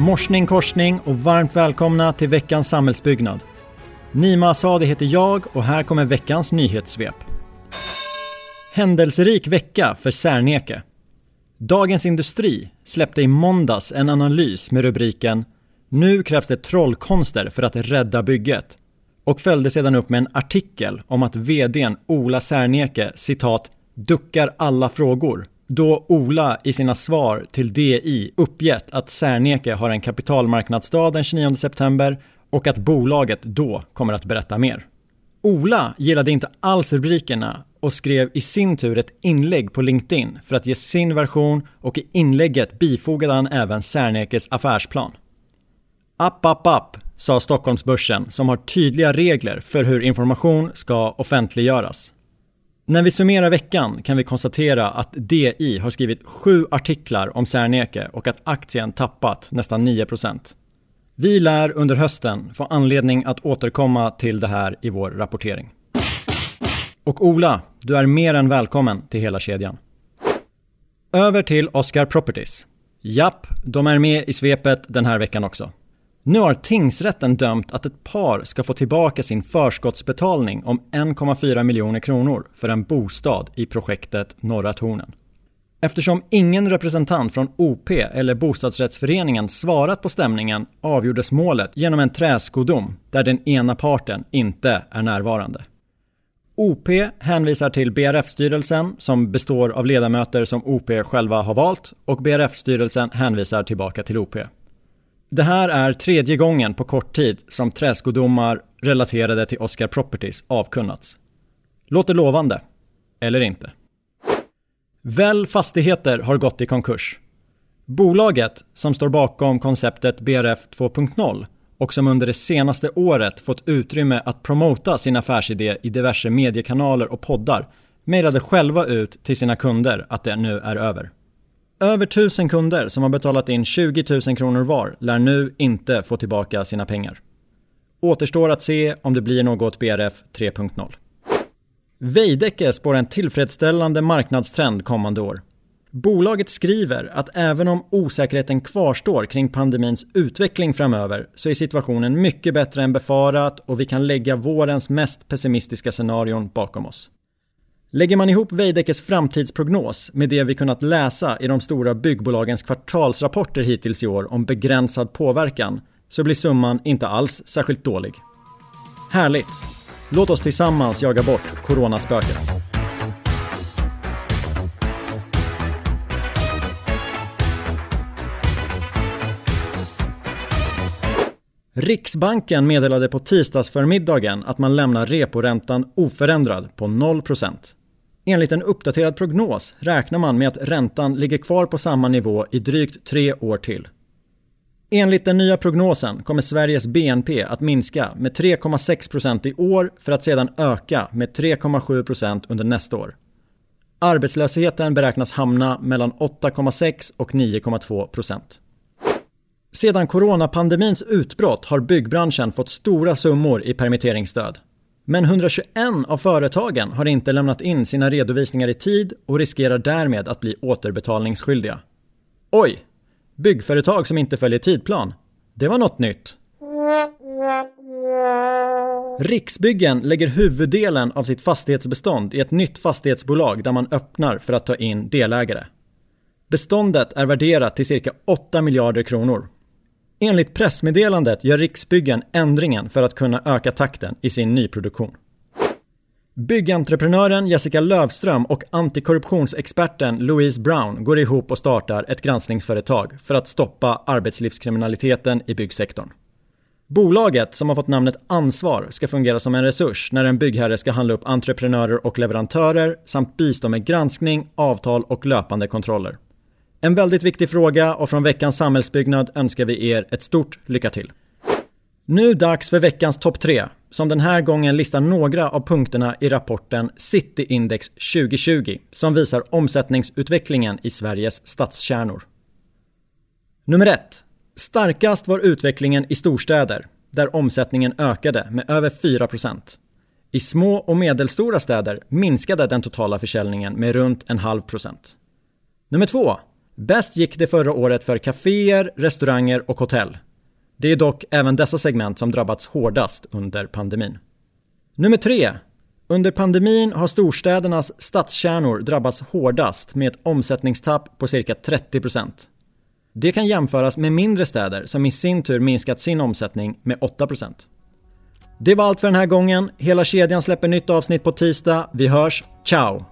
Morsning, korsning och varmt välkomna till veckans samhällsbyggnad. Nima Asadi heter jag och här kommer veckans nyhetssvep. Händelserik vecka för Serneke. Dagens Industri släppte i måndags en analys med rubriken "Nu krävs det trollkonster för att rädda bygget" och följde sedan upp med en artikel om att vd:n Ola Serneke citat "duckar alla frågor", då Ola i sina svar till DI uppgett att Serneke har en kapitalmarknadsdag den 29 september och att bolaget då kommer att berätta mer. Ola gillade inte alls rubrikerna och skrev i sin tur ett inlägg på LinkedIn för att ge sin version, och i inlägget bifogade han även Sernekes affärsplan. App, sa Stockholmsbörsen som har tydliga regler för hur information ska offentliggöras. När vi summerar veckan kan vi konstatera att DI har skrivit 7 artiklar om Serneke och att aktien tappat nästan 9%. Vi lär under hösten få anledning att återkomma till det här i vår rapportering. Och Ola, du är mer än välkommen till hela kedjan. Över till Oscar Properties. Japp, de är med i svepet den här veckan också. Nu har tingsrätten dömt att ett par ska få tillbaka sin förskottsbetalning om 1,4 miljoner kronor för en bostad i projektet Norra Tornen. Eftersom ingen representant från OP eller bostadsrättsföreningen svarat på stämningen avgjordes målet genom en träskodom där den ena parten inte är närvarande. OP hänvisar till BRF-styrelsen som består av ledamöter som OP själva har valt, och BRF-styrelsen hänvisar tillbaka till OP. Det här är 3:e gången på kort tid som träskodomar relaterade till Oscar Properties avkunnats. Låter lovande, eller inte? Väl Fastigheter har gått i konkurs. Bolaget som står bakom konceptet BRF 2.0 och som under det senaste året fått utrymme att promota sin affärsidé i diverse mediekanaler och poddar mejlade själva ut till sina kunder att det nu är över. Över 1000 kunder som har betalat in 20 000 kronor var lär nu inte få tillbaka sina pengar. Återstår att se om det blir något BRF 3.0. Veidekke spår en tillfredsställande marknadstrend kommande år. Bolaget skriver att även om osäkerheten kvarstår kring pandemins utveckling framöver så är situationen mycket bättre än befarat och vi kan lägga vårens mest pessimistiska scenarion bakom oss. Lägger man ihop Veidekkes framtidsprognos med det vi kunnat läsa i de stora byggbolagens kvartalsrapporter hittills i år om begränsad påverkan så blir summan inte alls särskilt dålig. Härligt! Låt oss tillsammans jaga bort coronaspöket. Riksbanken meddelade på tisdagsförmiddagen att man lämnar reporäntan oförändrad på 0%. Enligt en uppdaterad prognos räknar man med att räntan ligger kvar på samma nivå i drygt 3 år till. Enligt den nya prognosen kommer Sveriges BNP att minska med 3,6% i år för att sedan öka med 3,7% under nästa år. Arbetslösheten beräknas hamna mellan 8,6 och 9,2%. Sedan coronapandemins utbrott har byggbranschen fått stora summor i permitteringsstöd. Men 121 av företagen har inte lämnat in sina redovisningar i tid och riskerar därmed att bli återbetalningsskyldiga. Oj! Byggföretag som inte följer tidplan. Det var något nytt. Riksbyggen lägger huvuddelen av sitt fastighetsbestånd i ett nytt fastighetsbolag där man öppnar för att ta in delägare. Beståndet är värderat till cirka 8 miljarder kronor. Enligt pressmeddelandet gör Riksbyggen ändringen för att kunna öka takten i sin nyproduktion. Byggentreprenören Jessica Lövström och antikorruptionsexperten Louise Brown går ihop och startar ett granskningsföretag för att stoppa arbetslivskriminaliteten i byggsektorn. Bolaget, som har fått namnet Ansvar, ska fungera som en resurs när en byggherre ska handla upp entreprenörer och leverantörer samt bistå med granskning, avtal och löpande kontroller. En väldigt viktig fråga, och från veckans samhällsbyggnad önskar vi er ett stort lycka till. Nu dags för veckans topp 3, som den här gången listar några av punkterna i rapporten City Index 2020 som visar omsättningsutvecklingen i Sveriges stadskärnor. Nummer 1. Starkast var utvecklingen i storstäder, där omsättningen ökade med över 4%. I små och medelstora städer minskade den totala försäljningen med runt 0,5%. Nummer 2. Bäst gick det förra året för kaféer, restauranger och hotell. Det är dock även dessa segment som drabbats hårdast under pandemin. Nummer 3. Under pandemin har storstädernas stadskärnor drabbats hårdast med ett omsättningstapp på cirka 30%. Det kan jämföras med mindre städer som i sin tur minskat sin omsättning med 8%. Det var allt för den här gången. Hela kedjan släpper nytt avsnitt på tisdag. Vi hörs. Ciao!